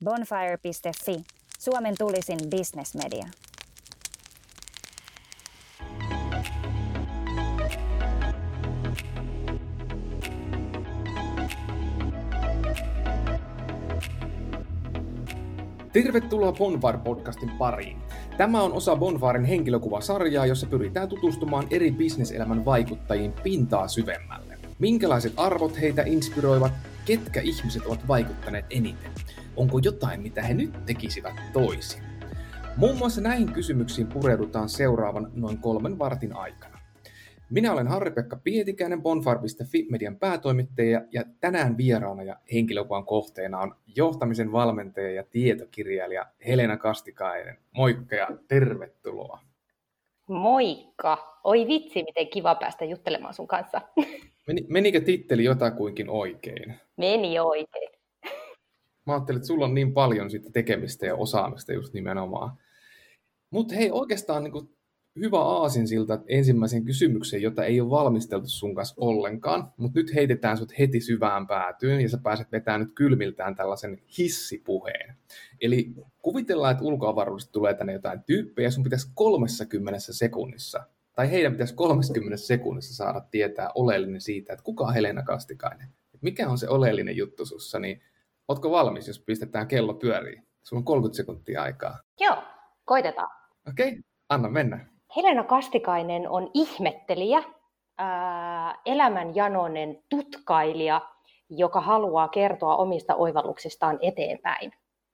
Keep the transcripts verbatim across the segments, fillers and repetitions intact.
Bonfire piste fi, Suomen tulisin business-media. Tervetuloa Bonfire-podcastin pariin. Tämä on osa Bonfiren henkilökuvasarjaa, jossa pyritään tutustumaan eri bisneselämän vaikuttajiin pintaa syvemmälle. Minkälaiset arvot heitä inspiroivat, ketkä ihmiset ovat vaikuttaneet eniten? Onko jotain, mitä he nyt tekisivät toisin? Muun muassa näihin kysymyksiin pureudutaan seuraavan noin kolmen vartin aikana. Minä olen Harri-Pekka Pietikäinen, Bonfire piste fi median päätoimittaja, ja tänään vieraana ja henkilökuvan kohteena on johtamisen valmentaja ja tietokirjailija Helena Kastikainen. Moikka ja tervetuloa. Moikka! Oi vitsi, miten kiva päästä juttelemaan sun kanssa. Meni, menikö titteli jotakuinkin oikein? Meni oikein. Mä ajattelin, että sulla on niin paljon siitä tekemistä ja osaamista just nimenomaan. Mutta hei, oikeastaan niin kuin hyvä aasinsilta ensimmäisen kysymykseen, jota ei ole valmisteltu sun kanssa ollenkaan, mutta nyt heitetään sut heti syvään päätyyn ja sä pääset vetämään nyt kylmiltään tällaisen hissipuheen. Eli kuvitellaan, että ulkoavaruudesta tulee tänne jotain tyyppejä ja sun pitäisi kolmekymmentä sekunnissa, tai heidän pitäisi kolmekymmentä sekunnissa saada tietää oleellinen siitä, että kuka on Helena Kastikainen. Mikä on se oleellinen juttu sussa, niin ootko valmis, jos pistetään kello pyöriin? Sulla on kolmekymmentä sekuntia aikaa. Joo, koitetaan. Okei, okay, anna mennä. Helena Kastikainen on ihmettelijä, ää, elämänjanoinen tutkailija, joka haluaa kertoa omista oivalluksistaan eteenpäin.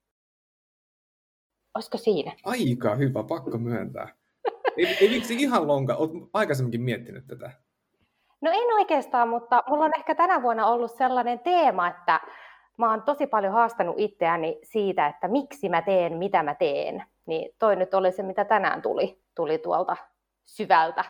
Olisiko siinä? Aika hyvä, pakko myöntää. Ei, ei miksi ihan lonka, olet aikaisemminkin miettinyt tätä? No en oikeastaan, mutta mulla on ehkä tänä vuonna ollut sellainen teema, että mä oon tosi paljon haastanut itseäni siitä, että miksi mä teen, mitä mä teen. Niin toi nyt oli se, mitä tänään tuli, tuli tuolta syvältä,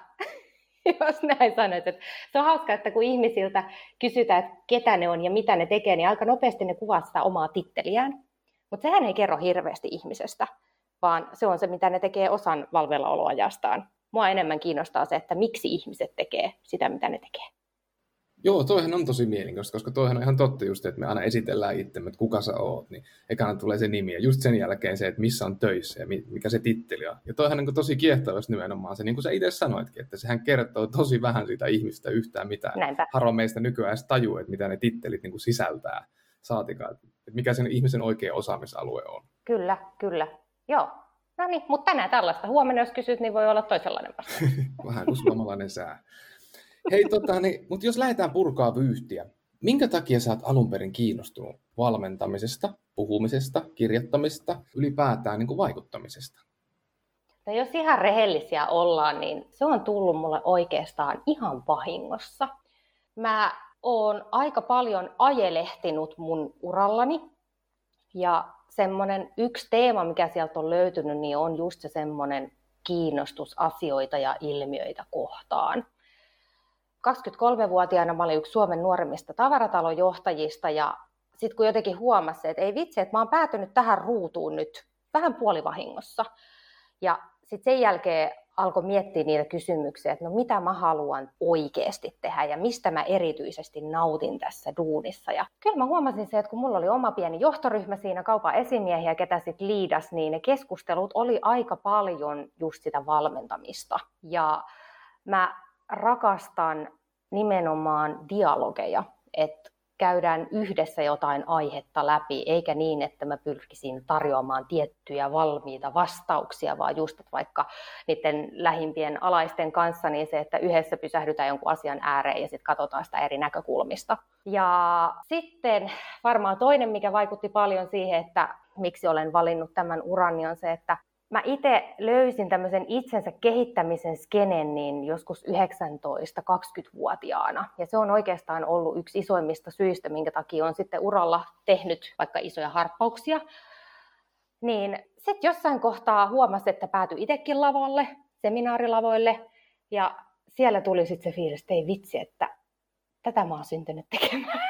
jos näin sanoit. Että se on hauska, että kun ihmisiltä kysytään, että ketä ne on ja mitä ne tekee, niin aika nopeasti ne kuvaa sitä omaa titteliään. Mutta sehän ei kerro hirveästi ihmisestä, vaan se on se, mitä ne tekee osan valveillaoloajastaan. Mua enemmän kiinnostaa se, että miksi ihmiset tekee sitä, mitä ne tekee. Joo, toihan on tosi mielenkiintoista, koska toihan on ihan totta just, että me aina esitellään itsemme, että kuka sä oot, niin ekana tulee se nimi ja just sen jälkeen se, että missä on töissä ja mikä se titteli on. Ja toihan on tosi kiehtova nimenomaan se, niin kuin sä itse sanoitkin, että sehän kertoo tosi vähän siitä ihmistä yhtään mitään. Näinpä. Harva meistä nykyään edes tajuu, että mitä ne tittelit niin kuin sisältää, saatikaan, että mikä sen ihmisen oikea osaamisalue on. Kyllä, kyllä. Joo. No niin, mutta tänään tällaista. Huomenna jos kysyt, niin voi olla toisenlainen vastaus. Vähän kuin suomalainen sää. Hei, tota, niin, mutta jos lähdetään purkaa vyyhtiä, minkä takia sä oot alun perin kiinnostunut valmentamisesta, puhumisesta, kirjoittamista, ylipäätään niin kuin vaikuttamisesta? No jos ihan rehellisiä ollaan, niin se on tullut mulle oikeastaan ihan vahingossa. Mä oon aika paljon ajelehtinut mun urallani ja semmoinen yksi teema, mikä sieltä on löytynyt, niin on just se semmoinen kiinnostus asioita ja ilmiöitä kohtaan. kaksikymmentäkolmevuotiaana mä olin yksi Suomen nuoremmista tavaratalon johtajista ja sitten kun jotenkin huomasi, että ei vitsi, että mä oon päätynyt tähän ruutuun nyt vähän puolivahingossa. Ja sitten sen jälkeen alkoi miettiä niitä kysymyksiä, että no mitä mä haluan oikeasti tehdä ja mistä mä erityisesti nautin tässä duunissa. Ja kyllä mä huomasin se, että kun mulla oli oma pieni johtoryhmä siinä, kaupan esimiehiä, ketä sitten liidas, niin ne keskustelut oli aika paljon just sitä valmentamista. Ja mä rakastan nimenomaan dialogeja, että käydään yhdessä jotain aihetta läpi, eikä niin, että mä pyrkisin tarjoamaan tiettyjä valmiita vastauksia, vaan just, että vaikka niiden lähimpien alaisten kanssa, niin se, että yhdessä pysähdytään jonkun asian ääreen ja sitten katsotaan sitä eri näkökulmista. Ja sitten varmaan toinen, mikä vaikutti paljon siihen, että miksi olen valinnut tämän uran, niin on se, että mä itse löysin tämmöisen itsensä kehittämisen skenen niin joskus yhdeksäntoista-kaksikymmentävuotiaana. Ja se on oikeastaan ollut yksi isoimmista syistä, minkä takia on sitten uralla tehnyt vaikka isoja harppauksia. Niin sitten jossain kohtaa huomasi, että päätyi itsekin lavalle, seminaarilavoille. Ja siellä tuli sitten se fiilis, että ei vitsi, että tätä mä oon syntynyt tekemään.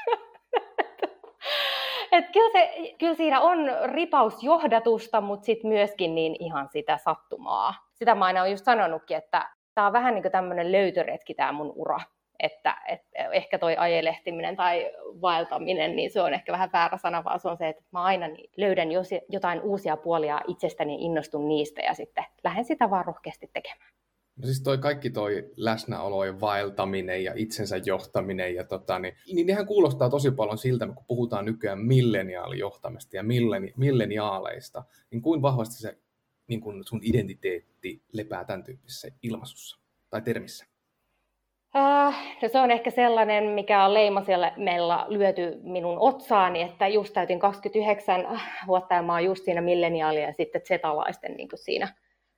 Et kyllä, se, kyllä siinä on ripaus johdatusta, mutta sitten myöskin niin ihan sitä sattumaa. Sitä mä aina olen just sanonutkin, että tämä on vähän niin kuin tämmöinen löytöretki tämä mun ura. että, että ehkä toi ajelehtiminen tai vaeltaminen, niin se on ehkä vähän väärä sana, vaan se on se, että mä aina löydän jotain uusia puolia itsestäni, innostun niistä ja sitten lähden sitä vaan rohkeasti tekemään. No siis toi kaikki toi läsnäolo ja vaeltaminen ja itsensä johtaminen, ja tota, niin, niin nehän kuulostaa tosi paljon siltä, kun puhutaan nykyään milleniaalijohtamista ja milleni, milleniaaleista, niin kuin vahvasti se niin kun sun identiteetti lepää tämän tyyppisessä ilmaisussa tai termissä? Uh, no se on ehkä sellainen, mikä on leimasimella lyöty minun otsaani, että just täytin kaksikymmentäyhdeksän vuotta ja mä oon just siinä milleniaalia ja sitten zetalaisten niin kuin siinä.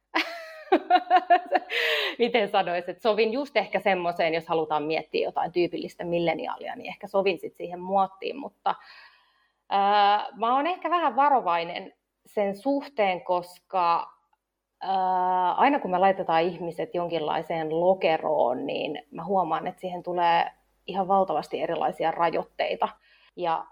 Miten sanoisin, että sovin just ehkä semmoiseen, jos halutaan miettiä jotain tyypillistä milleniaalia, niin ehkä sovin sitten siihen muottiin, mutta ää, mä oon ehkä vähän varovainen sen suhteen, koska ää, aina kun me laitetaan ihmiset jonkinlaiseen lokeroon, niin mä huomaan, että siihen tulee ihan valtavasti erilaisia rajoitteita. Ja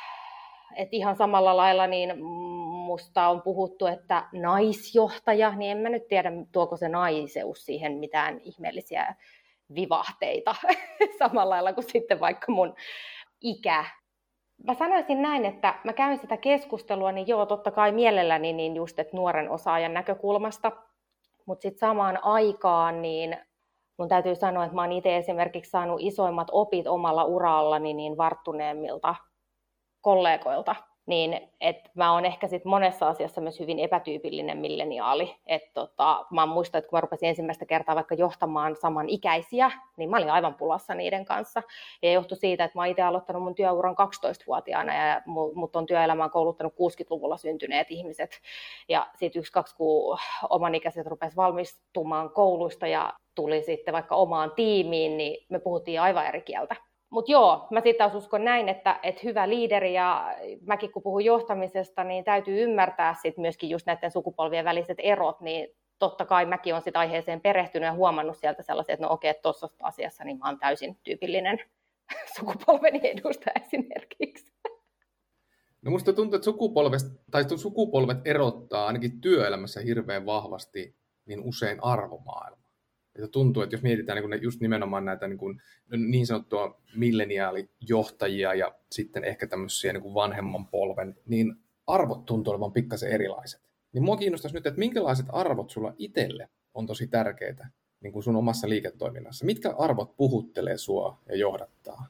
et ihan samalla lailla niin musta on puhuttu, että naisjohtaja, niin en mä nyt tiedä, tuoko se naiseus siihen mitään ihmeellisiä vivahteita samalla lailla kuin sitten vaikka mun ikä. Mä sanoisin näin, että mä käyn sitä keskustelua, niin joo, totta kai mielelläni niin just, että nuoren osaajan näkökulmasta, mutta sitten samaan aikaan niin mun täytyy sanoa, että mä oon itse esimerkiksi saanut isoimmat opit omalla urallani niin varttuneemmilta kollegoilta, niin että mä oon ehkä sit monessa asiassa myös hyvin epätyypillinen milleniaali. Et tota, mä muistan, että kun mä rupesin ensimmäistä kertaa vaikka johtamaan samanikäisiä, niin mä olin aivan pulassa niiden kanssa. Ja johtui siitä, että mä oon itse aloittanut mun työuran kaksitoistavuotiaana ja mut on työelämään kouluttanut kuusikymmentäluvulla syntyneet ihmiset. Ja sitten yksi, kaksi, kun omanikäiset rupesi valmistumaan kouluista ja tuli sitten vaikka omaan tiimiin, niin me puhuttiin aivan eri kieltä. Mutta joo, mä sitten taas uskon näin, että, että hyvä liideri ja mäkin kun puhun johtamisesta, niin täytyy ymmärtää sitten myöskin just näiden sukupolvien väliset erot, niin totta kai mäkin olen sitten aiheeseen perehtynyt ja huomannut sieltä sellaisia, että no okei, että tuossa asiassa niin mä oon täysin tyypillinen sukupolveni edustaja esimerkiksi. No musta tuntuu, että sukupolvet, tai sukupolvet erottaa ainakin työelämässä hirveän vahvasti niin usein arvomaailma. Että tuntuu, että jos mietitään niin just nimenomaan näitä niin, kuin, niin sanottua milleniaalijohtajia ja sitten ehkä tämmöisiä niin kuin vanhemman polven, niin arvot tuntuu olevan pikkasen erilaiset. Niin mua kiinnostaisi nyt, että minkälaiset arvot sulla itselle on tosi tärkeitä niin kuin sun omassa liiketoiminnassa? Mitkä arvot puhuttelee sua ja johdattaa?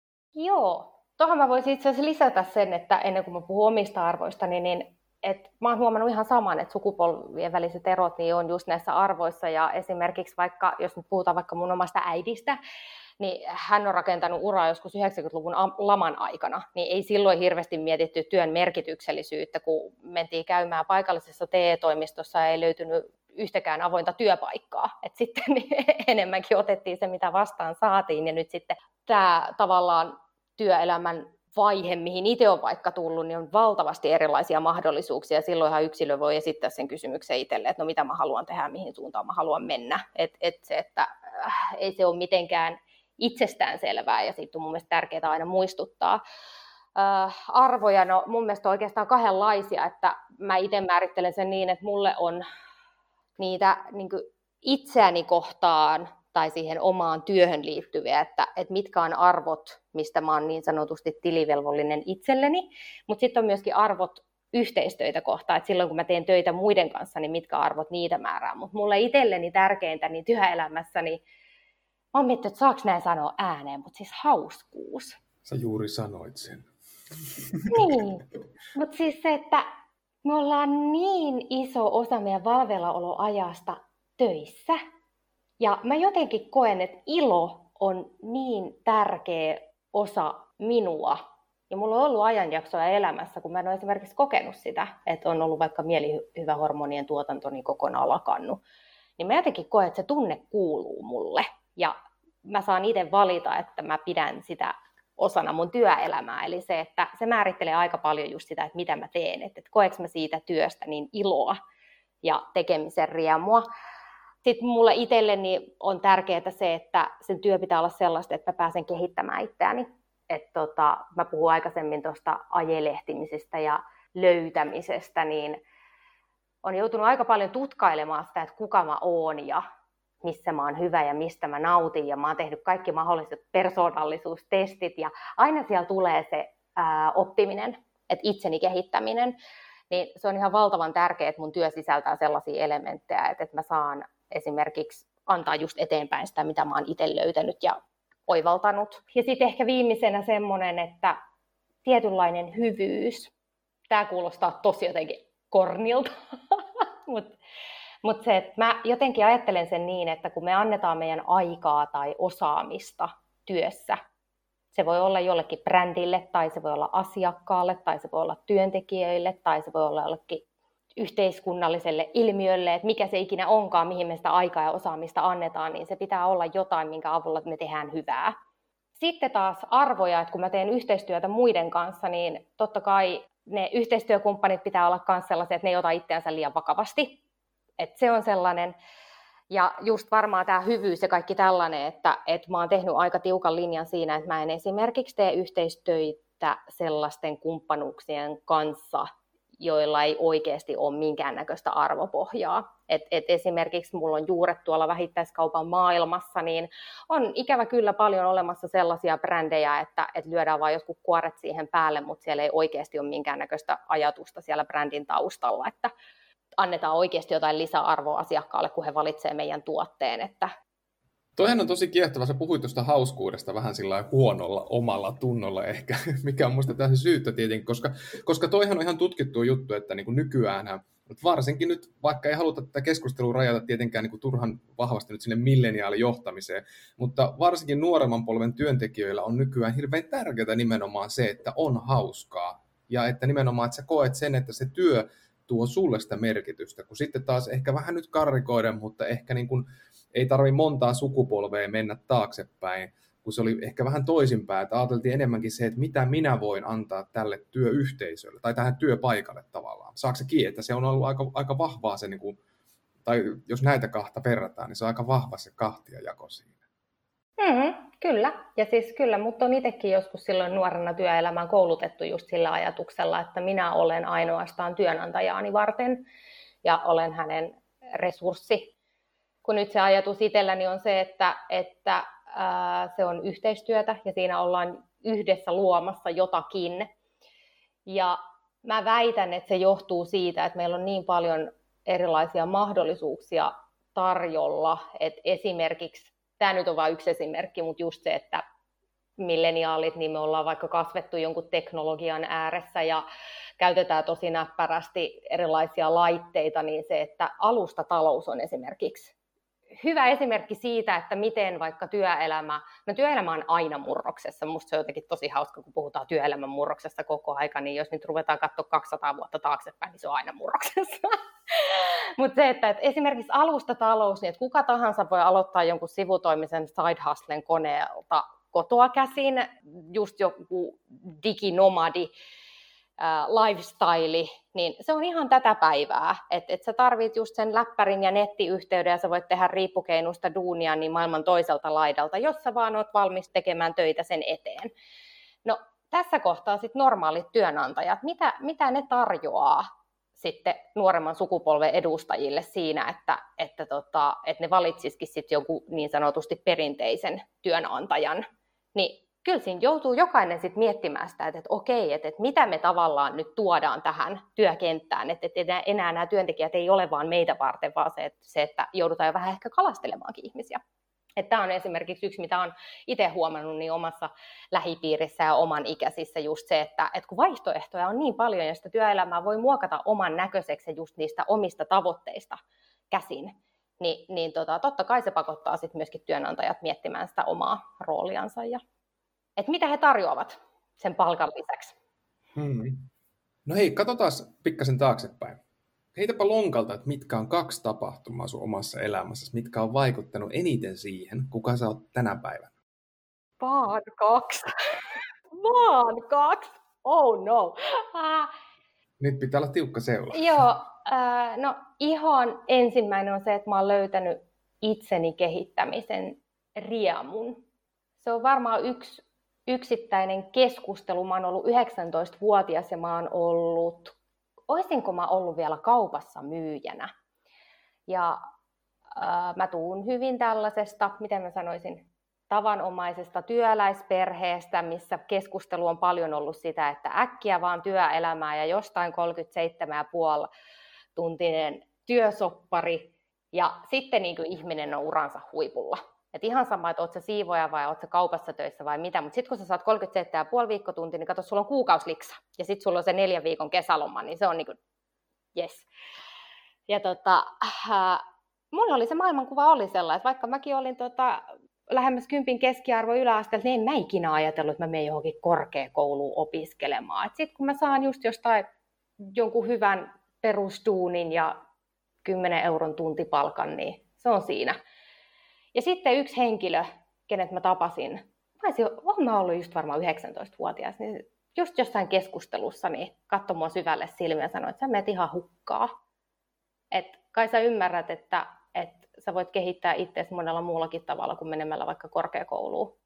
Joo, tuohon mä voisin itse asiassa lisätä sen, että ennen kuin mä puhun omista arvoistani, niin et mä oon huomannut ihan saman, että sukupolvien väliset erot niin on just näissä arvoissa. Ja esimerkiksi vaikka, jos nyt puhutaan vaikka mun omasta äidistä, niin hän on rakentanut uraa joskus yhdeksänkymmentäluvun laman aikana. Niin ei silloin hirveästi mietitty työn merkityksellisyyttä, kun mentiin käymään paikallisessa T E-toimistossa ja ei löytynyt yhtäkään avointa työpaikkaa. Et sitten enemmänkin otettiin se, mitä vastaan saatiin. Ja nyt sitten tämä tavallaan työelämän vaihe, mihin itse on vaikka tullut, niin on valtavasti erilaisia mahdollisuuksia. Silloinhan yksilö voi esittää sen kysymyksen itselle, että no mitä mä haluan tehdä, mihin suuntaan mä haluan mennä. Et, et se, että äh, ei se ole mitenkään itsestään selvää ja siitä on mun mielestä tärkeää aina muistuttaa. Äh, arvoja, no mun mielestä on oikeastaan kahdenlaisia, että mä itse määrittelen sen niin, että mulle on niitä niin kuin itseäni kohtaan tai siihen omaan työhön liittyviä, että, että mitkä on arvot, mistä mä oon niin sanotusti tilivelvollinen itselleni, mutta sitten on myöskin arvot yhteistöitä kohtaan, että silloin kun mä teen töitä muiden kanssa, niin mitkä arvot niitä määrää, mutta mulle itselleni tärkeintä niin työelämässä, niin mä oon miettinyt, että saako näin sanoa ääneen, mutta siis hauskuus. Sä juuri sanoit sen. Niin, mutta siis se, että me ollaan niin iso osa meidän valveillaoloajasta töissä, ja mä jotenkin koen, että ilo on niin tärkeä osa minua. Ja mulla on ollut ajanjaksoja elämässä, kun mä en ole esimerkiksi kokenut sitä, että on ollut vaikka mielihyvähormonien tuotanto niin kokonaan lakannut. Niin mä jotenkin koen, että se tunne kuuluu mulle. Ja mä saan itse valita, että mä pidän sitä osana mun työelämää. Eli se, että se määrittelee aika paljon just sitä, että mitä mä teen. Että koeks mä siitä työstä niin iloa ja tekemisen riemua. Sitten mulle itselleni on tärkeää se, että sen työ pitää olla sellaista, että mä pääsen kehittämään itseäni. Että tota, mä puhun aikaisemmin tuosta ajelehtimisestä ja löytämisestä, niin on joutunut aika paljon tutkailemaan sitä, että kuka mä oon ja missä mä oon hyvä ja mistä mä nautin, ja mä oon tehnyt kaikki mahdolliset persoonallisuustestit, ja aina siellä tulee se ää, oppiminen, että itseni kehittäminen, niin se on ihan valtavan tärkeää, että mun työ sisältää sellaisia elementtejä, että, että mä saan esimerkiksi antaa just eteenpäin sitä, mitä mä oon itse löytänyt ja oivaltanut. Ja sitten ehkä viimeisenä semmoinen, että tietynlainen hyvyys. Tämä kuulostaa tosi jotenkin kornilta, mutta mut se, että mä jotenkin ajattelen sen niin, että kun me annetaan meidän aikaa tai osaamista työssä, se voi olla jollekin brändille, tai se voi olla asiakkaalle, tai se voi olla työntekijöille, tai se voi olla jollekin yhteiskunnalliselle ilmiölle, että mikä se ikinä onkaan, mihin me sitä aikaa ja osaamista annetaan, niin se pitää olla jotain, minkä avulla me tehdään hyvää. Sitten taas arvoja, että kun mä teen yhteistyötä muiden kanssa, niin totta kai ne yhteistyökumppanit pitää olla myös sellaisia, että ne ei ota itseänsä liian vakavasti. Että se on sellainen, ja just varmaan tämä hyvyys ja kaikki tällainen, että, että mä oon tehnyt aika tiukan linjan siinä, että mä en esimerkiksi tee yhteistyötä sellaisten kumppanuuksien kanssa, joilla ei oikeasti ole minkäännäköistä arvopohjaa. Et, et esimerkiksi mulla on juuret tuolla vähittäiskaupan maailmassa, niin on ikävä kyllä paljon olemassa sellaisia brändejä, että et lyödään vain jotkut kuoret siihen päälle, mutta siellä ei oikeasti ole minkäännäköistä ajatusta siellä brändin taustalla, että annetaan oikeasti jotain lisäarvoa asiakkaalle, kun he valitsee meidän tuotteen. Että Toihan on tosi kiehtova. Sä puhuit tuosta hauskuudesta vähän sillä huonolla omalla tunnolla ehkä, mikä on musta täysin syyttä tietenkin, koska, koska toihan on ihan tutkittu juttu, että niin kuin nykyäänhän, varsinkin nyt, vaikka ei haluta tätä keskustelua rajata tietenkään niin kuin turhan vahvasti nyt sinne milleniaalijohtamiseen, mutta varsinkin nuoremman polven työntekijöillä on nykyään hirveän tärkeää nimenomaan se, että on hauskaa ja että nimenomaan, että sä koet sen, että se työ tuo sulle sitä merkitystä, kun sitten taas ehkä vähän nyt karrikoiden, mutta ehkä niin kuin ei tarvitse montaa sukupolvea mennä taaksepäin, kun se oli ehkä vähän toisinpäin, että ajateltiin enemmänkin se, että mitä minä voin antaa tälle työyhteisölle tai tähän työpaikalle tavallaan. Saako se kiinni, että se on ollut aika, aika vahvaa se, niin kuin, tai jos näitä kahta verrataan, niin se on aika vahva se kahtiajako siinä. Mm, kyllä, ja siis kyllä, mutta on itsekin joskus silloin nuorena työelämään koulutettu just sillä ajatuksella, että minä olen ainoastaan työnantajaani varten ja olen hänen resurssi. Kun nyt se ajatus itselläni on se, että, että ää, se on yhteistyötä ja siinä ollaan yhdessä luomassa jotakin. Ja mä väitän, että se johtuu siitä, että meillä on niin paljon erilaisia mahdollisuuksia tarjolla, että esimerkiksi, tämä nyt on vain yksi esimerkki, mutta just se, että milleniaalit, niin me ollaan vaikka kasvettu jonkun teknologian ääressä ja käytetään tosi näppärästi erilaisia laitteita, niin se, että alustatalous on esimerkiksi hyvä esimerkki siitä, että miten vaikka työelämä, no työelämä on aina murroksessa, musta se on jotenkin tosi hauska, kun puhutaan työelämän murroksesta koko aika, niin jos nyt ruvetaan katsoa kaksisataa vuotta taaksepäin, niin se on aina murroksessa. Mutta se, että, että esimerkiksi alustatalous, niin että kuka tahansa voi aloittaa jonkun sivutoimisen side hustlen koneelta kotoa käsin, just joku diginomadi, lifestyle, niin se on ihan tätä päivää, että et sä tarvit just sen läppärin ja nettiyhteyden ja sä voit tehdä riippukeinusta duunia niin maailman toiselta laidalta, jos sä vaan oot valmis tekemään töitä sen eteen. No tässä kohtaa sitten normaalit työnantajat, mitä, mitä ne tarjoaa sitten nuoremman sukupolven edustajille siinä, että, että, tota, että ne valitsisikin sitten jonkun niin sanotusti perinteisen työnantajan, niin kyllä siinä joutuu jokainen sit miettimään sitä, että, että okei, että, että mitä me tavallaan nyt tuodaan tähän työkenttään, että, että enää nämä työntekijät ei ole vaan meitä varten, vaan se, että, se, että joudutaan jo vähän ehkä kalastelemaankin ihmisiä. Että tämä on esimerkiksi yksi, mitä olen itse huomannut niin omassa lähipiirissä ja oman ikäisissä just se, että, että kun vaihtoehtoja on niin paljon ja sitä työelämää voi muokata oman näköiseksi just niistä omista tavoitteista käsin, niin, niin tota, totta kai se pakottaa sit myöskin työnantajat miettimään sitä omaa rooliansa ja että mitä he tarjoavat sen palkan lisäksi. Hmm. No hei, katsotaan pikkasen taaksepäin. Heitäpä lonkalta, että mitkä on kaksi tapahtumaa sun omassa elämässäsi, mitkä on vaikuttanut eniten siihen, kuka sä oot tänä päivänä? Vaan kaksi. Vaan kaksi. Oh no. Uh, Nyt pitää olla tiukka seula. joo, uh, no ihan ensimmäinen on se, että mä oon löytänyt itseni kehittämisen riemun. Se on varmaan yksi yksittäinen keskustelu. Mä oon ollut yhdeksäntoistavuotias ja mä oon ollut, oisinko mä ollut vielä kaupassa myyjänä. Ja äh, mä tuun hyvin tällaisesta, miten mä sanoisin, tavanomaisesta työläisperheestä, missä keskustelu on paljon ollut sitä, että äkkiä vaan työelämää ja jostain kolmekymmentäseitsemän pilkku viisi tuntinen työsoppari ja sitten niin kuin ihminen on uransa huipulla. Et ihan sama, että oot sä siivoja vai oot sä kaupassa töissä vai mitä, mutta sitten kun sä saat kolmekymmentäseitsemän pilkku viisi viikkotuntia, niin kato, sulla on kuukausiliksa ja sitten sulla on se neljän viikon kesäloma, niin se on niin kuin, yes. Ja tota, äh, mulla oli se maailmankuva oli sellainen, että vaikka mäkin olin tota, lähemmäs kympin keskiarvo yläasteella, niin en mä ikinä ajatellut, että mä menen johonkin korkeakouluun opiskelemaan. Sitten kun mä saan just jostain jonkun hyvän perustuunin ja kymmenen euron tuntipalkan, niin se on siinä. Ja sitten yksi henkilö, kenet mä tapasin, mä olisin, olen mä ollut just varmaan yhdeksäntoistavuotias, niin just jossain keskustelussa niin katsoi mua syvälle silmiä ja sanoi, että sä menet ihan hukkaa. Et kai sä ymmärrät, että, että sä voit kehittää itseäsi monella muullakin tavalla kuin menemällä vaikka korkeakouluun.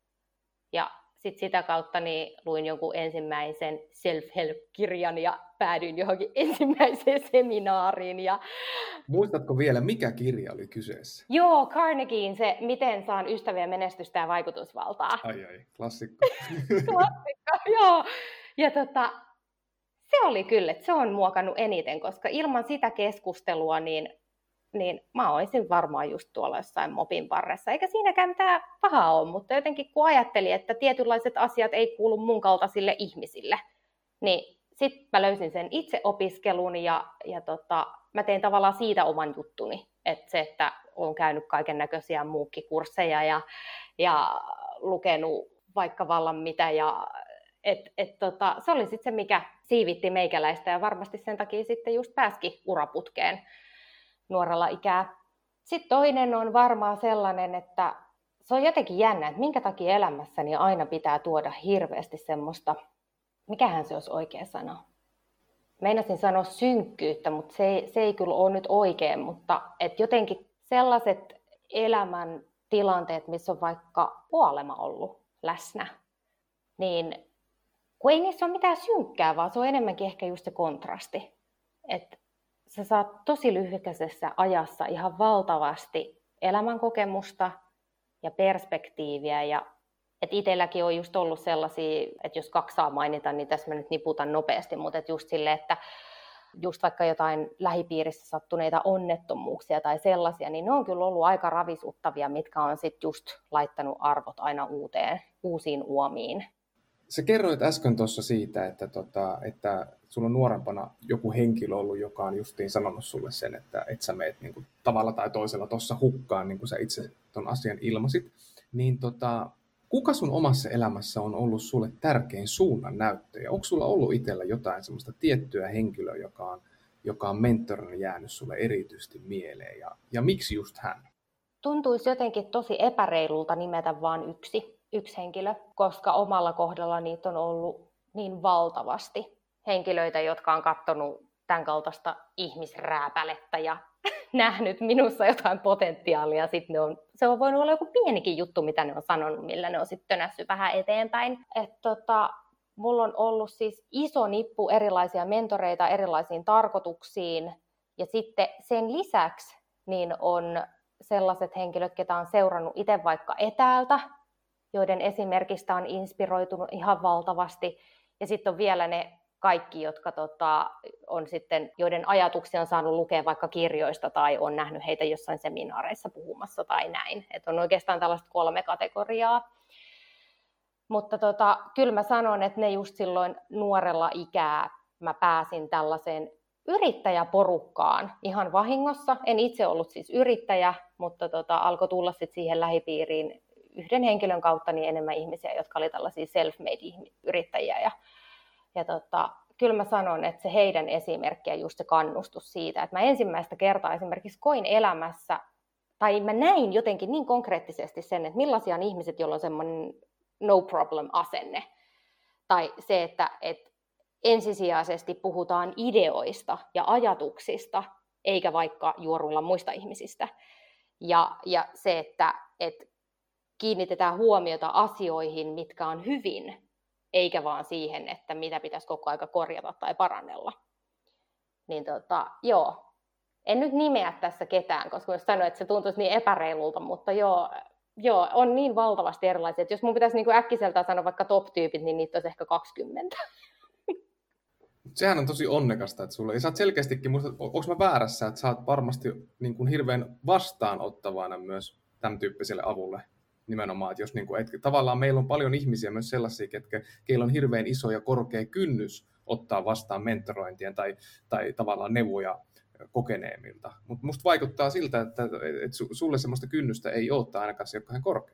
Ja sitten sitä kautta niin luin jonkun ensimmäisen self-help-kirjan ja päädyin johonkin ensimmäiseen seminaariin. Ja muistatko vielä, mikä kirja oli kyseessä? Joo, Carnegien se Miten saan ystäviä, menestystä ja vaikutusvaltaa. Ai ai, klassikko. Klassikko, joo. Ja tota, se oli kyllä, että se on muokannut eniten, koska ilman sitä keskustelua niin, niin mä olisin varmaan just tuolla jossain mopin varressa. Eikä siinäkään mitään pahaa ole, mutta jotenkin kun ajattelin, että tietynlaiset asiat ei kuulu mun kaltaisille ihmisille, niin sitten mä löysin sen itseopiskelun ja, ja tota, mä tein tavallaan siitä oman juttuni. Että se, että olen käynyt kaiken näköisiä muukkikursseja ja, ja lukenut vaikka vallan mitä. Ja, et, et tota, se oli sitten se, mikä siivitti meikäläistä ja varmasti sen takia sitten just pääskin uraputkeen nuorella ikää. Sitten toinen on varmaan sellainen, että se on jotenkin jännä, että minkä takia elämässäni aina pitää tuoda hirveästi semmoista, mikähän se olisi oikea sana? Meinasin sanoa synkkyyttä, mutta se ei, se ei kyllä ole nyt oikein, mutta et jotenkin sellaiset elämän tilanteet, missä on vaikka kuolema ollut läsnä, niin kun ei niissä ole mitään synkkää, vaan se on enemmänkin ehkä just se kontrasti. Että sä saat tosi lyhykäisessä ajassa ihan valtavasti elämänkokemusta ja perspektiiviä. Ja että itselläkin on just ollut sellaisia, että jos kaksi saa mainita, niin tässä mä nyt niputan nopeasti, mutta et just silleen, että just vaikka jotain lähipiirissä sattuneita onnettomuuksia tai sellaisia, niin ne on kyllä ollut aika ravisuttavia, mitkä on sitten just laittanut arvot aina uuteen, uusiin uomiin. Sä kerroit äsken tuossa siitä, että, tota, että sulla on nuorempana joku henkilö ollut, joka on justiin sanonut sulle sen, että et sä meet niin kuin tavalla tai toisella tuossa hukkaan, niin kuin sä itse ton asian ilmasit. Niin tota, kuka sun omassa elämässä on ollut sulle tärkein suunnan näyttäjä? Onko sulla ollut itsellä jotain semmoista tiettyä henkilöä, joka on, joka on mentorina jäänyt sulle erityisesti mieleen? Ja, ja miksi just hän? Tuntuisi jotenkin tosi epäreilulta nimetä vain yksi. yksi henkilö, koska omalla kohdalla niitä on ollut niin valtavasti henkilöitä, jotka on katsonut tämän kaltaista ihmisrääpälettä ja nähnyt minussa jotain potentiaalia. Sitten ne on, se on voinut olla joku pienikin juttu, mitä ne on sanonut, millä ne on sitten tönässyt vähän eteenpäin. Et tota, mulla on ollut siis iso nippu erilaisia mentoreita erilaisiin tarkoituksiin ja sitten sen lisäksi niin on sellaiset henkilöt, ketä on seurannut itse vaikka etäältä, joiden esimerkistä on inspiroitunut ihan valtavasti. Ja sitten on vielä ne kaikki, jotka tota, on sitten, joiden ajatuksia on saanut lukea vaikka kirjoista tai on nähnyt heitä jossain seminaareissa puhumassa tai näin. Et on oikeastaan tällaista kolme kategoriaa. Mutta tota, kyllä mä sanon, että ne just silloin nuorella ikää mä pääsin tällaiseen yrittäjäporukkaan ihan vahingossa. En itse ollut siis yrittäjä, mutta tota, alkoi tulla sitten siihen lähipiiriin yhden henkilön kautta niin enemmän ihmisiä, jotka oli tällaisia self-made-yrittäjiä. Ja, ja tota, kyllä mä sanon, että se heidän esimerkki ja just se kannustus siitä, että mä ensimmäistä kertaa esimerkiksi koin elämässä, tai mä näin jotenkin niin konkreettisesti sen, että millaisia on ihmiset, joilla on semmoinen no problem asenne. Tai se, että et ensisijaisesti puhutaan ideoista ja ajatuksista, eikä vaikka juoruilla muista ihmisistä. Ja, ja se, että et kiinnitetään huomiota asioihin, mitkä on hyvin, eikä vaan siihen, että mitä pitäisi koko aika korjata tai parannella. Niin tota, joo, en nyt nimeä tässä ketään, koska jos sanoin, että se tuntuisi niin epäreilulta, mutta joo, joo on niin valtavasti erilaisia, että jos mun pitäisi niin äkkiseltään sanoa vaikka top-tyypit, niin niitä olisi ehkä kaksikymmentä. Sehän on tosi onnekasta, että sulla, ja sä oot selkeästikin, musta, onko mä väärässä, että sä oot varmasti niin kuin hirveän vastaanottavana myös tämän tyyppiselle avulle nimenomaan, että jos niin kuin, että tavallaan meillä on paljon ihmisiä myös sellaisia, ketkä, keillä on hirveän iso ja korkea kynnys ottaa vastaan mentorointia tai, tai tavallaan neuvoja kokeneemmilta, mutta musta vaikuttaa siltä, että, että sulle semmoista kynnystä ei ole tai ainakaan se ei ole kauhean korkea.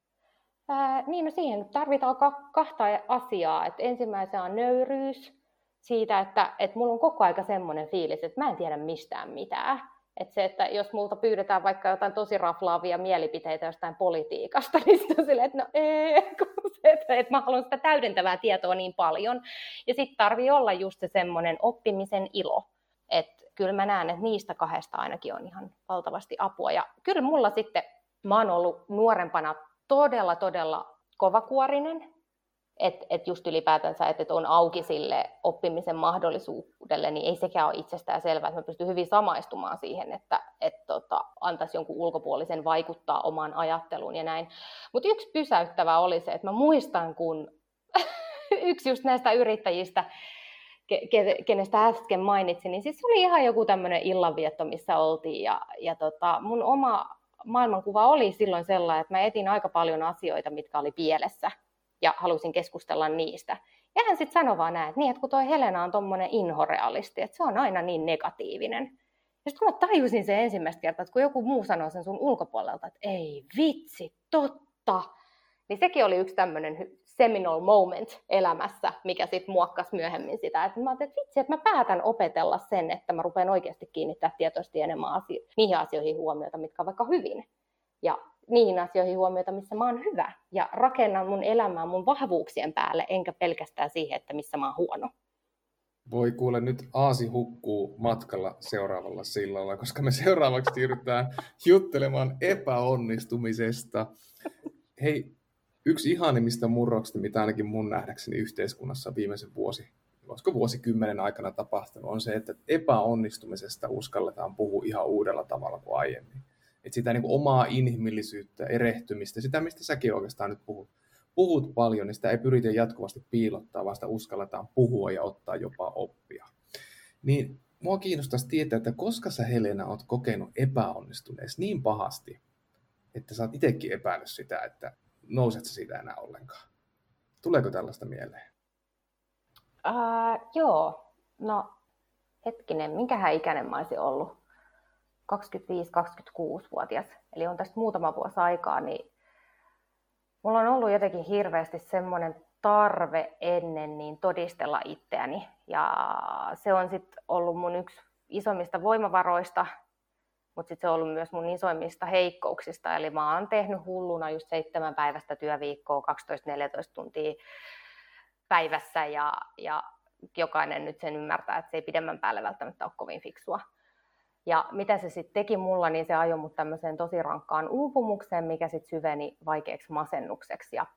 Ää, niin, no siihen tarvitaan ka- kahta asiaa, että ensimmäisenä on nöyryys, siitä, että, että mulla on koko aika semmoinen fiilis, että mä en tiedä mistään mitään. Että se, että jos multa pyydetään vaikka jotain tosi raflaavia mielipiteitä jostain politiikasta, niin sitten on silleen, että no ei, että, että mä haluan sitä täydentävää tietoa niin paljon. Ja sitten tarvii olla just se semmoinen oppimisen ilo. Että kyllä mä näen, että niistä kahdesta ainakin on ihan valtavasti apua. Ja kyllä mulla sitten, mä oon ollut nuorempana todella, todella kovakuorinen. Että et just ylipäätänsä, että et on auki sille oppimisen mahdollisuudelle, niin ei sekään ole itsestään selvää, että mä pystyn hyvin samaistumaan siihen, että et tota, antaisi jonkun ulkopuolisen vaikuttaa omaan ajatteluun ja näin. Mutta yksi pysäyttävä oli se, että mä muistan, kun yksi just näistä yrittäjistä, ke- kenestä äsken mainitsin, niin siis se oli ihan joku tämmöinen illanvietto, missä oltiin. Ja, ja tota, mun oma maailmankuva oli silloin sellainen, että mä etin aika paljon asioita, mitkä oli pielessä. Ja halusin keskustella niistä. Ja hän sitten sanoi vaan näin, että, niin, että kun toi Helena on tommonen inhorealisti, että se on aina niin negatiivinen. Ja sitten kun mä tajusin sen ensimmäistä kertaa, että kun joku muu sanoo sen sun ulkopuolelta, että ei vitsi, totta. Niin sekin oli yksi tämmöinen seminal moment elämässä, mikä sitten muokkasi myöhemmin sitä. Että mä ajattelin, että vitsi, että mä päätän opetella sen, että mä rupean oikeasti kiinnittää tietoisesti enemmän asio- niihin asioihin huomiota, mitkä on vaikka hyvin. Ja niihin asioihin huomiota, missä mä oon hyvä. Ja rakennan mun elämää mun vahvuuksien päälle, enkä pelkästään siihen, että missä mä oon huono. Voi kuule, nyt aasi hukkuu matkalla seuraavalla sillalla, koska me seuraavaksi siirrytään juttelemaan epäonnistumisesta. Hei, yksi ihanimmista murroksista, mitä ainakin mun nähdäkseni yhteiskunnassa viimeisen vuosi, olisiko vuosikymmenen aikana tapahtunut, on se, että epäonnistumisesta uskalletaan puhua ihan uudella tavalla kuin aiemmin. Että sitä niin kuin omaa inhimillisyyttä, erehtymistä, sitä mistä säkin oikeastaan nyt puhut, puhut paljon, niin sitä ei pyritä jatkuvasti piilottaa, vaan sitä uskalletaan puhua ja ottaa jopa oppia. Niin mua kiinnostaisi tietää, että koska sä Helena oot kokenut epäonnistuneessa niin pahasti, että sä oot itsekin epäillyt sitä, että nouset sä siitä enää ollenkaan. Tuleeko tällaista mieleen? Uh, joo, no hetkinen, minkähän ikäinen mä olisin ollut? kaksikymmentäviisi kaksikymmentäkuusi-vuotias, eli on tästä muutama vuosi aikaa, niin mulla on ollut jotenkin hirveästi semmoinen tarve ennen niin todistella itseäni. Ja se on sitten ollut mun yksi isommista voimavaroista, mutta sitten se on ollut myös mun isoimmista heikkouksista. Eli mä oon tehnyt hulluna just seitsemän päivästä työviikkoa, kaksitoista neljätoista tuntia päivässä, ja, ja jokainen nyt sen ymmärtää, että se ei pidemmän päälle välttämättä ole kovin fiksua. Ja mitä se sitten teki mulla, niin se ajoi mut tämmöiseen tosi rankkaan uupumukseen, mikä sitten syveni vaikeaksi masennukseksi. Ja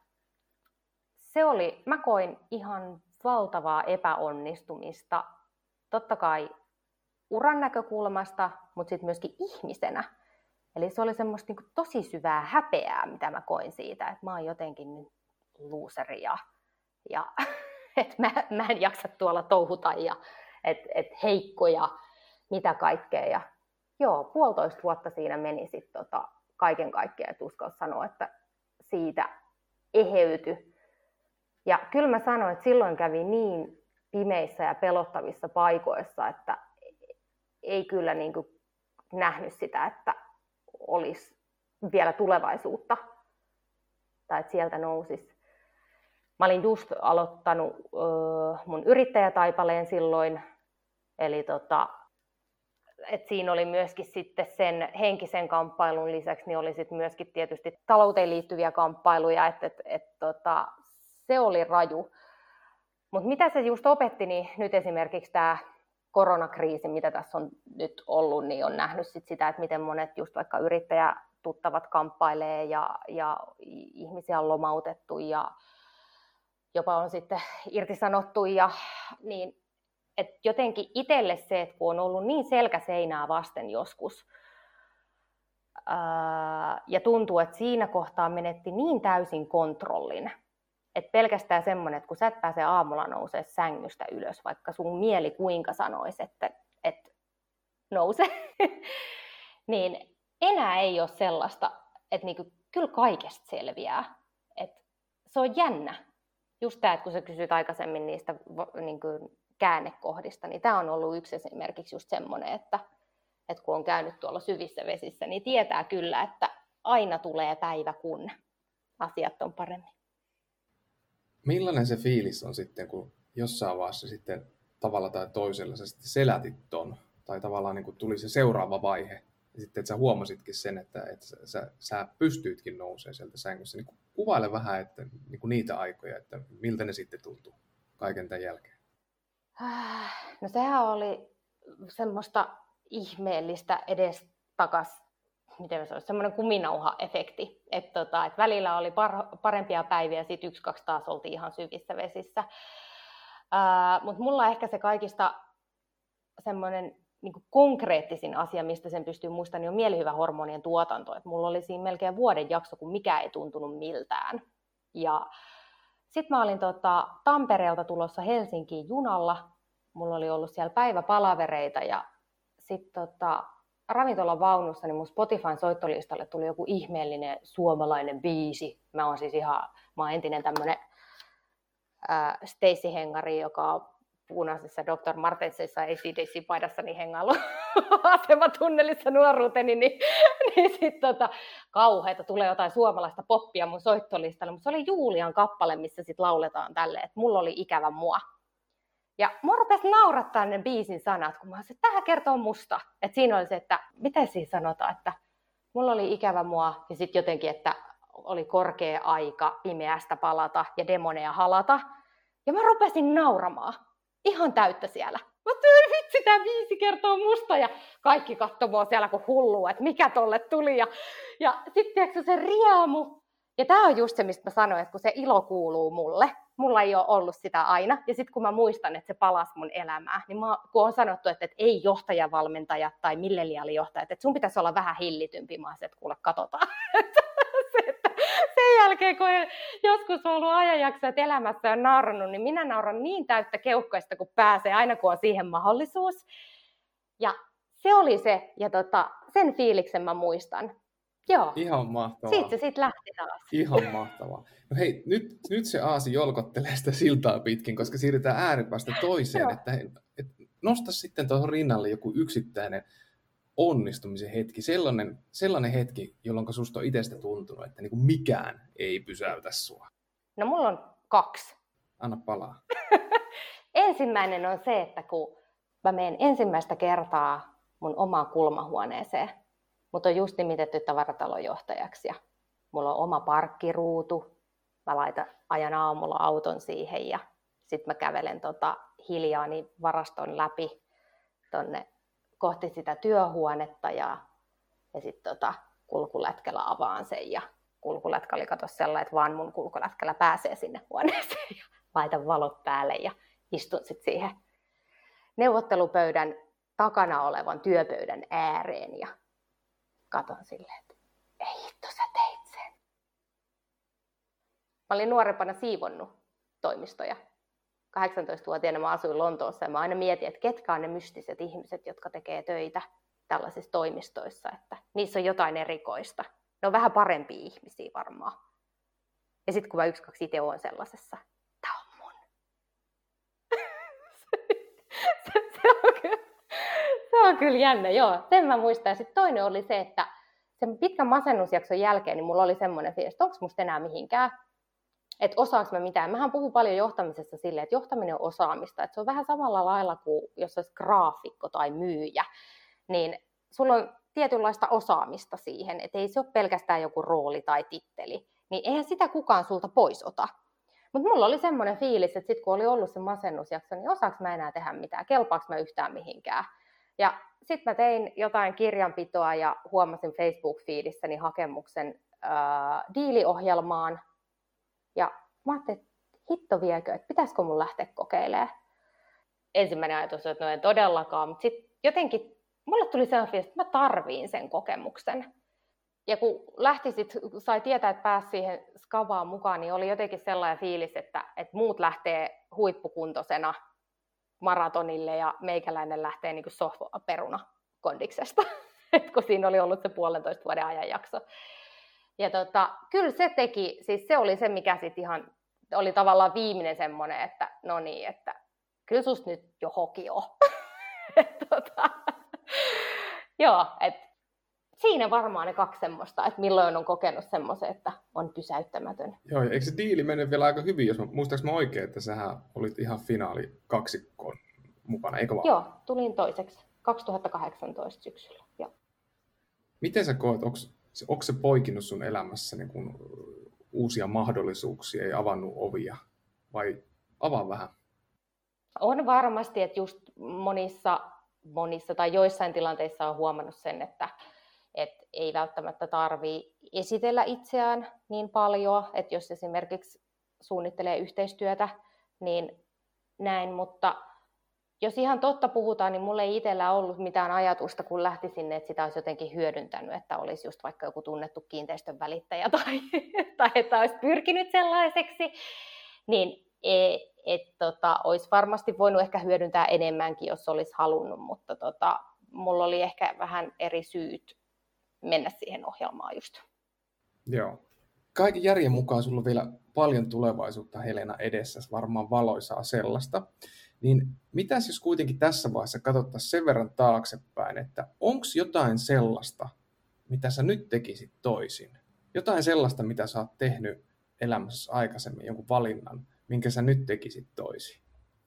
se oli, mä koin ihan valtavaa epäonnistumista, totta kai uran näkökulmasta, mutta sitten myöskin ihmisenä. Eli se oli semmoista niinku tosi syvää häpeää, mitä mä koin siitä, että mä oon jotenkin nyt luuseri ja, ja että mä, mä en jaksa tuolla touhuta ja että et heikko ja mitä kaikkea. Ja joo, puolitoista vuotta siinä meni sitten tota, kaiken kaikkiaan, että uskalsi sanoa, että siitä eheytyi. Ja kyllä mä sanoin, että silloin kävi niin pimeissä ja pelottavissa paikoissa, että ei kyllä niin kuin nähnyt sitä, että olisi vielä tulevaisuutta tai että sieltä nousisi. Mä olin just aloittanut öö, mun yrittäjätaipaleen silloin, eli tota, et siinä oli myöskin sitten sen henkisen kamppailun lisäksi, niin oli sitten myöskin tietysti talouteen liittyviä kamppailuja, että et, et, tota, se oli raju. Mutta mitä se just opetti, niin nyt esimerkiksi tämä koronakriisi, mitä tässä on nyt ollut, niin on nähnyt sit sitä, että miten monet just vaikka yrittäjätuttavat kamppailee ja, ja ihmisiä on lomautettu ja jopa on sitten irtisanottu. Ja, niin et jotenkin itselle se, että kun on ollut niin selkäseinää vasten joskus, ää, ja tuntuu, että siinä kohtaa menetti niin täysin kontrollin, että pelkästään semmoinen, että kun sä et pääse aamulla nousee sängystä ylös, vaikka sun mieli kuinka sanoisi, että, että nouse, niin enää ei ole sellaista, että niinku, kyllä kaikesta selviää. Että se on jännä. Just tämä, että kun sä kysyt aikaisemmin niistä niinku, käännekohdista, niin tämä on ollut yksi esimerkiksi just semmoinen, että, että kun on käynyt tuolla syvissä vesissä, niin tietää kyllä, että aina tulee päivä, kun asiat on paremmin. Millainen se fiilis on sitten, kun jossain vaiheessa sitten tavalla tai toisella sä sitten selätit ton, tai tavallaan niin kuin tuli se seuraava vaihe, ja sitten että sä huomasitkin sen, että, että sä, sä, sä pystyitkin nousemaan sieltä sängyssä, niin kuvaile vähän että, niin kuin niitä aikoja, että miltä ne sitten tuntui kaiken tämän jälkeen. No sehän oli semmoista ihmeellistä edestakas, miten se olisi, semmoinen kuminauha-efekti. Että tota, et välillä oli par- parempia päiviä, sitten yksi, kaksi taas oltiin ihan syvissä vesissä. Mutta mulla ehkä se kaikista semmoinen niin konkreettisin asia, mistä sen pystyy muistamaan, niin on mielihyvähormonien tuotanto. Et mulla oli siinä melkein vuoden jakso, kun mikään ei tuntunut miltään. Ja sitten mä olin tota, Tampereelta tulossa Helsinkiin junalla. Mulla oli ollut siellä päiväpalavereita ja sitten tota, ravintolan vaunussa niin mun Spotifyn soittolistalle tuli joku ihmeellinen suomalainen biisi. Mä oon siis ihan, mä oon entinen tämmönen äh, Stacey-hengari, joka on punaisessa doktor Martensissa A C D C-paidassani hengaillut asematunnelissa nuoruuteni, niin, niin sitten tota, kauheeta tulee jotain suomalaista poppia mun soittolistalle. Mutta se oli Julian kappale, missä sitten lauletaan tälleen, että mulla oli ikävä mua. Ja mua rupesi naurattaa ne biisin sanat, kun mä sanoin, että tämähän kertoo musta. Että siinä oli se, että miten siinä sanotaan, että mulla oli ikävä mua ja sitten jotenkin, että oli korkea aika pimeästä palata ja demoneja halata. Ja mä rupesin nauramaan. Ihan täyttä siellä. Mä tein, vitsi, tämä biisi kertoo musta. Ja kaikki katsoi mua siellä kuin hullua, että mikä tolle tuli. Ja, ja sitten se riemu. Ja tämä on just se, mistä mä sanoin, että kun se ilo kuuluu mulle. Mulla ei ole ollut sitä aina. Ja sitten kun mä muistan, että se palasi mun elämää, niin mä, kun on sanottu, että, että ei johtajavalmentajat tai milleniaalijohtajat, että sun pitäisi olla vähän hillitympi. Mä että kuule, katsotaan. Sen jälkeen, kun joskus on ollut ajanjakso, että elämässä on naurannut, niin minä nauran niin täyttä keuhkoista, kun pääsee, aina kun on siihen mahdollisuus. Ja se oli se, ja tota, sen fiiliksen mä muistan. Joo. Ihan mahtavaa. Siitä se sitten lähti taas. Ihan mahtavaa. No hei, nyt, nyt se aasi jolkottelee sitä siltaa pitkin, koska siirrytään ääripäästä toiseen, että, että nosta sitten tuohon rinnalle joku yksittäinen onnistumisen hetki, sellainen, sellainen hetki, jolloin susta on itsestä tuntunut, että niin mikään ei pysäytä sua. No mulla on kaksi. Anna palaa. Ensimmäinen on se, että kun mä menen ensimmäistä kertaa mun omaan kulmahuoneeseen, mut on just nimitetty tavaratalon johtajaksi ja mulla on oma parkkiruutu, mä laitan, ajan aamulla auton siihen ja sit mä kävelen tota hiljaani varaston läpi tonne kohti sitä työhuonetta ja, ja sitten tota, kulkulätkällä avaan sen ja kulkulätkä oli kato sellainen, että vaan mun kulkulätkällä pääsee sinne huoneeseen ja laitan valot päälle ja istun sitten siihen neuvottelupöydän takana olevan työpöydän ääreen ja katon silleen, että ei hitto sä teit sen. Mä olin nuorempana siivonnut toimistoja. kahdeksantoistavuotiaana mä asuin Lontoossa ja mä aina mietin, että ketkä on ne mystiset ihmiset, jotka tekee töitä tällaisissa toimistoissa, että niissä on jotain erikoista. Ne on vähän parempia ihmisiä varmaan. Ja sitten kun mä yksi, kaksi itse olen sellaisessa, tää on mun. se, se, on kyllä, se on kyllä jännä, joo. Sen mä muistan. Ja sitten toinen oli se, että sen pitkän masennusjakson jälkeen niin mulla oli semmoinen fiilis, että onko musta enää mihinkään. Että osaanko mä mitään. Mähän puhun paljon johtamisessa silleen, että johtaminen on osaamista. Että se on vähän samalla lailla kuin jos olisi graafikko tai myyjä. Niin sulla on tietynlaista osaamista siihen. Että ei se ole pelkästään joku rooli tai titteli. Niin eihän sitä kukaan sulta pois ota. Mutta mulla oli semmoinen fiilis, että sit kun oli ollut se masennusjakso, niin osaanko mä enää tehdä mitään? Kelpaanko mä yhtään mihinkään? Ja sitten mä tein jotain kirjanpitoa ja huomasin Facebook-fiidissäni hakemuksen äh, diiliohjelmaan. Ja mä ajattelin, että hitto viekö, että pitäisikö mun lähteä kokeilemaan. ensimmäinen ajatus, että no en todellakaan, mutta sitten jotenkin mulle tuli sellainen fiilis, että mä tarviin sen kokemuksen. Ja kun lähti sit, sai tietää, että pääsi siihen skavaan mukaan, niin oli jotenkin sellainen fiilis, että, että muut lähtee huippukuntoisena maratonille ja meikäläinen lähtee niin kuin sohvaperuna kondiksesta, kun siinä oli ollut se puolentoista vuoden ajanjakso. Ja tota, kyllä se teki, siis se oli se, mikä sitten ihan oli tavallaan viimeinen semmoinen, että no niin, että kyllä susta nyt jo hoki on. tota, joo, että siinä varmaan ne kaksi semmoista, että milloin on kokenut semmoisen, että on pysäyttämätön. Joo, eikö se diili mennyt vielä aika hyvin, jos mä, muistaaks mä oikein, että sähän olit ihan finaali kaksikkoon mukana, eikö vaan? Joo, tulin toiseksi kaksituhattakahdeksantoista syksyllä. Joo. Miten sä koet, onko se poikinut sun elämässä niin kun uusia mahdollisuuksia ja avannut ovia, vai avaa vähän? On varmasti, että just monissa, monissa tai joissain tilanteissa on huomannut sen, että et ei välttämättä tarvitse esitellä itseään niin paljon, että jos esimerkiksi suunnittelee yhteistyötä, niin näin, mutta jos ihan totta puhutaan, niin mulla ei itsellä ollut mitään ajatusta, kun lähti sinne, että sitä olisi jotenkin hyödyntänyt, että olisi just vaikka joku tunnettu kiinteistön välittäjä tai, tai että olisi pyrkinyt sellaiseksi, niin et, et, tota, olisi varmasti voinut ehkä hyödyntää enemmänkin, jos olisi halunnut, mutta tota, mulla oli ehkä vähän eri syyt mennä siihen ohjelmaan just. Joo. Kaiken järjen mukaan sulla on vielä paljon tulevaisuutta, Helena, edessä, varmaan valoisaa sellaista. Niin mitäs jos kuitenkin tässä vaiheessa katsottaisiin sen verran taaksepäin, että onko jotain sellaista, mitä sä nyt tekisit toisin? Jotain sellaista, mitä sä oot tehnyt elämässä aikaisemmin, jonkun valinnan, minkä sä nyt tekisit toisin?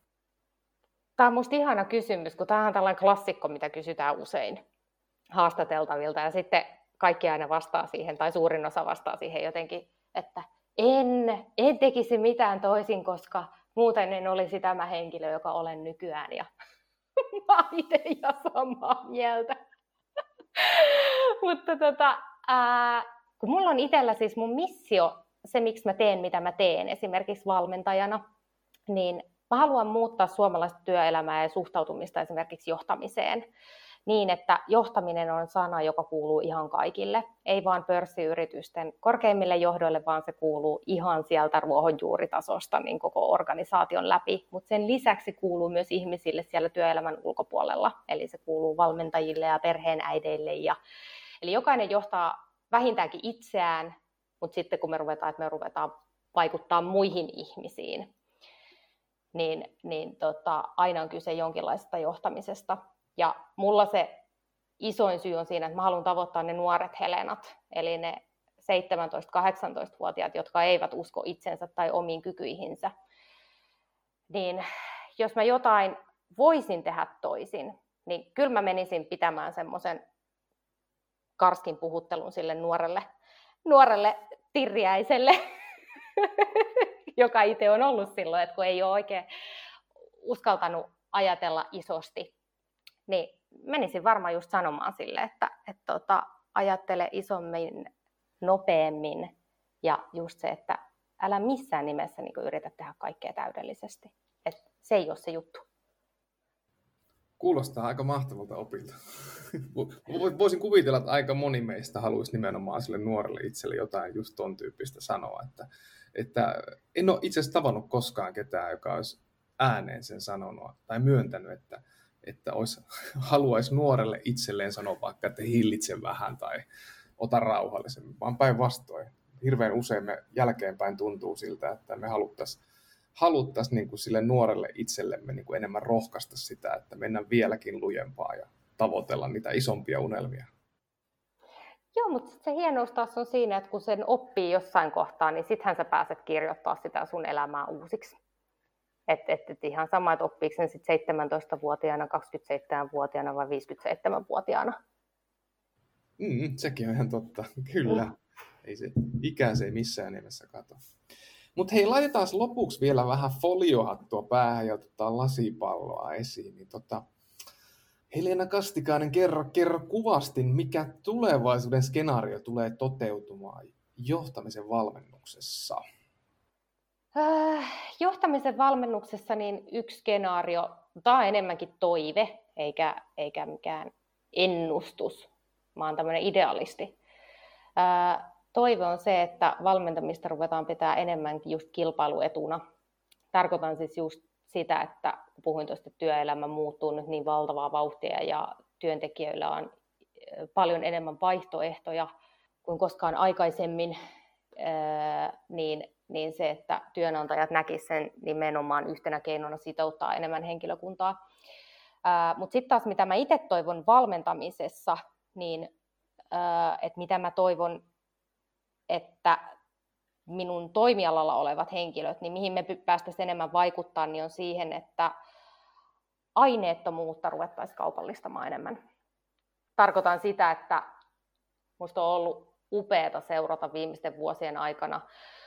Tämä on musta ihana kysymys, kun tämä on tällainen klassikko, mitä kysytään usein haastateltavilta, ja sitten kaikki aina vastaa siihen, tai suurin osa vastaa siihen jotenkin, että en, en tekisi mitään toisin, koska muuten en olisi tämä henkilö, joka olen nykyään, ja mä oon itse ihan samaa mieltä. Mutta tota, ää, kun mulla on itsellä siis mun missio, se miksi mä teen mitä mä teen, esimerkiksi valmentajana, niin mä haluan muuttaa suomalaista työelämää ja suhtautumista esimerkiksi johtamiseen niin, että johtaminen on sana, joka kuuluu ihan kaikille, ei vaan pörssiyritysten korkeimmille johdoille, vaan se kuuluu ihan sieltä ruohonjuuritasosta niin koko organisaation läpi, mutta sen lisäksi kuuluu myös ihmisille siellä työelämän ulkopuolella, eli se kuuluu valmentajille ja perheenäideille, ja, eli jokainen johtaa vähintäänkin itseään, mutta sitten kun me ruvetaan, että me ruvetaan vaikuttaa muihin ihmisiin, niin, niin tota, aina on kyse jonkinlaisesta johtamisesta. Ja mulla se isoin syy on siinä, että mä haluan tavoittaa ne nuoret Helenat, eli ne seitsemäntoista-kahdeksantoista-vuotiaat, jotka eivät usko itsensä tai omiin kykyihinsä. Niin jos mä jotain voisin tehdä toisin, niin kyllä mä menisin pitämään semmoisen karskin puhuttelun sille nuorelle, nuorelle tirjäiselle, joka itse on ollut silloin, että kun ei ole oikein uskaltanut ajatella isosti, niin menisin varmaan just sanomaan sille, että, että tota, ajattele isommin, nopeammin ja just se, että älä missään nimessä niin yritä tehdä kaikkea täydellisesti. Et se ei ole se juttu. Kuulostaa aika mahtavalta opilta. Voisin kuvitella, että aika moni meistä haluaisi nimenomaan sille nuorelle itselle jotain just ton tyyppistä sanoa. Että, että en ole itse asiassa tavannut koskaan ketään, joka olisi ääneen sen sanonut tai myöntänyt, että että olisi, haluaisi nuorelle itselleen sanoa vaikka, että hillitse vähän tai ota rauhallisemmin, vaan päinvastoin. Hirveän usein me jälkeenpäin tuntuu siltä, että me haluttaisiin haluttaisi niin kuin sille nuorelle itsellemme niin kuin enemmän rohkaista sitä, että mennään vieläkin lujempaa ja tavoitella niitä isompia unelmia. Joo, mutta se hienous taas on siinä, että kun sen oppii jossain kohtaa, niin sittenhän sä pääset kirjoittaa sitä sun elämää uusiksi. Että et, et ihan sama, että oppiiko sen sitten seitsemäntoistavuotiaana, kaksikymmentäseitsemänvuotiaana vai viisikymmentäseitsemänvuotiaana. Mm, sekin on ihan totta, kyllä. Mm. Ei se, ikää se ei missään nimessä kato. Mutta hei, laitetaan lopuksi vielä vähän foliohattua päähän ja otetaan lasipalloa esiin. Niin tota, Helena Kastikainen, kerro, kerro kuvasti, mikä tulevaisuuden skenaario tulee toteutumaan johtamisen valmennuksessa? Johtamisen valmennuksessa niin yksi skenaario Tämä on enemmänkin toive, eikä, eikä mikään ennustus. Mä oon tämmöinen idealisti. Ää, toive on se, että valmentamista ruvetaan pitää enemmänkin just kilpailuetuna. Tarkoitan siis just sitä, että kun puhuin tuosta, että työelämä muuttuu nyt niin valtavaa vauhtia ja työntekijöillä on paljon enemmän vaihtoehtoja kuin koskaan aikaisemmin, niin, niin se, että työnantajat näkisivät sen nimenomaan yhtenä keinona sitouttaa enemmän henkilökuntaa. Mutta sitten taas mitä mä itse toivon valmentamisessa, niin että mitä mä toivon, että minun toimialalla olevat henkilöt, niin mihin me päästäisiin enemmän vaikuttaa, niin on siihen, että aineettomuutta ruvettaisiin kaupallistamaan enemmän. Tarkoitan sitä, että minusta on ollut upeata seurata viimeisten vuosien aikana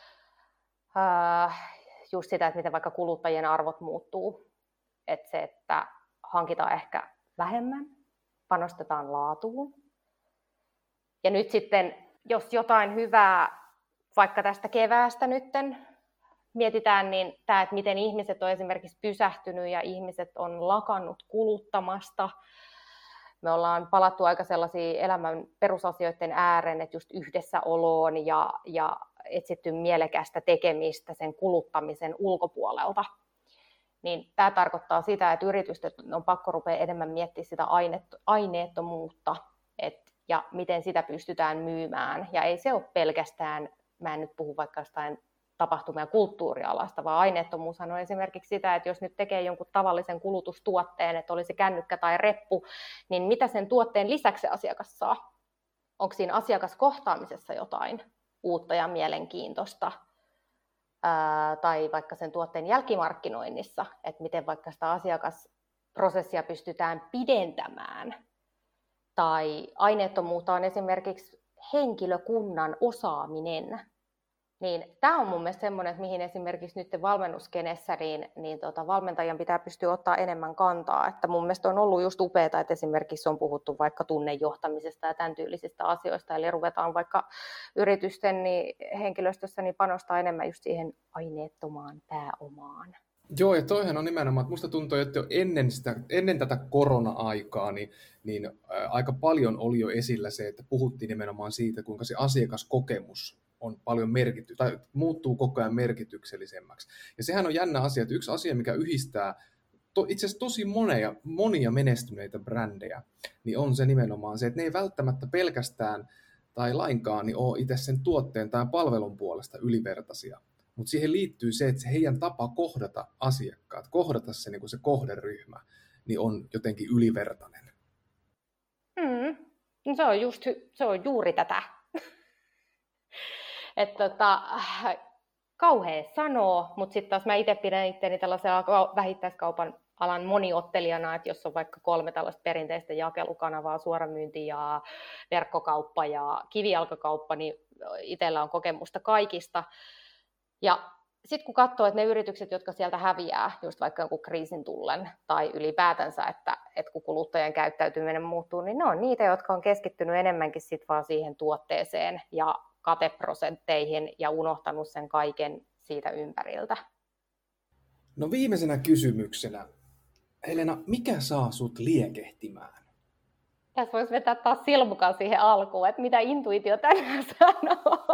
just sitä, että miten vaikka kuluttajien arvot muuttuu. Että se, että hankitaan ehkä vähemmän, panostetaan laatuun. Ja nyt sitten, jos jotain hyvää vaikka tästä keväästä nytten mietitään, niin tämä, että miten ihmiset on esimerkiksi pysähtynyt ja ihmiset on lakannut kuluttamasta. Me ollaan palattu aika sellaisiin elämän perusasioiden ääreen, että just yhdessäoloon ja, ja etsitty mielekästä tekemistä sen kuluttamisen ulkopuolelta. Niin tämä tarkoittaa sitä, että yritysten on pakko rupea enemmän miettimään sitä aineettomuutta et, ja miten sitä pystytään myymään. Ja ei se ole pelkästään, mä en nyt puhu vaikka jostain tapahtuma- ja kulttuurialasta, vaan aineettomuushan on esimerkiksi sitä, että jos nyt tekee jonkun tavallisen kulutustuotteen, että oli se kännykkä tai reppu, niin mitä sen tuotteen lisäksi asiakas saa? Onko siinä asiakaskohtaamisessa jotain uutta ja mielenkiintoista? Ää, tai vaikka sen tuotteen jälkimarkkinoinnissa, että miten vaikka sitä asiakasprosessia pystytään pidentämään. Tai aineettomuutta on esimerkiksi henkilökunnan osaaminen. Niin tämä on mun mielestä semmoinen, että mihin esimerkiksi nyt valmennuskenessä niin, niin tota, valmentajan pitää pystyä ottaa enemmän kantaa. Että mun mielestä on ollut just upeaa, että esimerkiksi on puhuttu vaikka tunnejohtamisesta ja tämän tyylisistä asioista. Eli ruvetaan vaikka yritysten niin, henkilöstössä niin panostaa enemmän just siihen aineettomaan pääomaan. Joo, ja toihan on nimenomaan, että musta tuntuu, että jo ennen, sitä, ennen tätä korona-aikaa niin, niin ää, aika paljon oli jo esillä se, että puhuttiin nimenomaan siitä, kuinka se asiakaskokemus on paljon merkity- tai muuttuu koko ajan merkityksellisemmäksi. Ja sehän on jännä asia, että yksi asia, mikä yhdistää to, itse asiassa tosi monia, monia menestyneitä brändejä, niin on se nimenomaan se, että ne ei välttämättä pelkästään tai lainkaan niin ole itse sen tuotteen tai palvelun puolesta ylivertaisia. Mutta siihen liittyy se, että se heidän tapa kohdata asiakkaat, kohdata se, niin kuin se kohderyhmä, niin on jotenkin ylivertainen. Mm. No se on just, se on juuri tätä. Että tota, kauhea sanoo, mutta sitten taas mä itse pidän itseäni tällaisella vähittäiskaupan alan moniottelijana, että jos on vaikka kolme tällaista perinteistä jakelukanavaa, suoramyynti ja verkkokauppa ja kivijalkakauppa, niin itsellä on kokemusta kaikista. Ja sitten kun katsoo, että ne yritykset, jotka sieltä häviää, just vaikka jonkun kriisin tullen tai ylipäätänsä, että, että kun kuluttajan käyttäytyminen muuttuu, niin ne on niitä, jotka on keskittynyt enemmänkin sit vaan siihen tuotteeseen ja kateprosentteihin ja unohtanut sen kaiken siitä ympäriltä. No viimeisenä kysymyksenä, Helena, mikä saa sut liekehtimään? Tässä voisi vetää taas silmukaan siihen alkuun, että mitä intuitio tänään sanoo.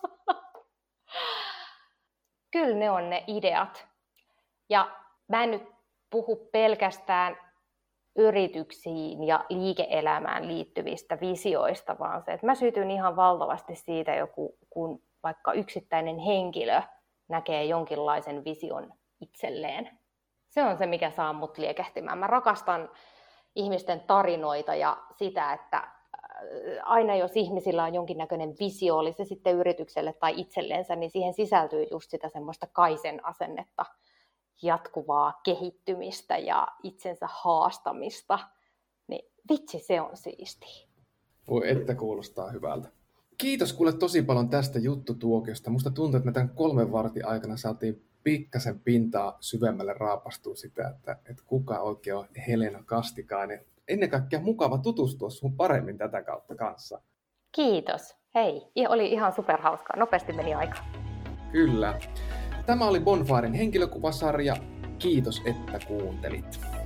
Kyllä ne on ne ideat. Ja mä en nyt puhu pelkästään yrityksiin ja liike-elämään liittyvistä visioista, vaan se, että mä sytyn ihan valtavasti siitä, joku, kun vaikka yksittäinen henkilö näkee jonkinlaisen vision itselleen. Se on se, mikä saa mut liekehtimään. Mä rakastan ihmisten tarinoita ja sitä, että aina jos ihmisillä on jonkinnäköinen visio, oli se sitten yritykselle tai itselleensä, niin siihen sisältyy just sitä semmoista kaisen asennetta, jatkuvaa kehittymistä ja itsensä haastamista. Niin vitsi, se on siistiä. Voi että kuulostaa hyvältä. Kiitos kuule tosi paljon tästä juttutuokiosta. Musta tuntuu, että me tämän kolmen vartin aikana saatiin pikkasen pintaa syvemmälle raapastua sitä, että, että kuka oikein on Helena Kastikainen. Ennen kaikkea mukava tutustua sun paremmin tätä kautta kanssa. Kiitos. Hei, oli ihan superhauskaa. Nopeasti meni aika. Kyllä. Tämä oli Bonfiren henkilökuvasarja. Kiitos, että kuuntelit.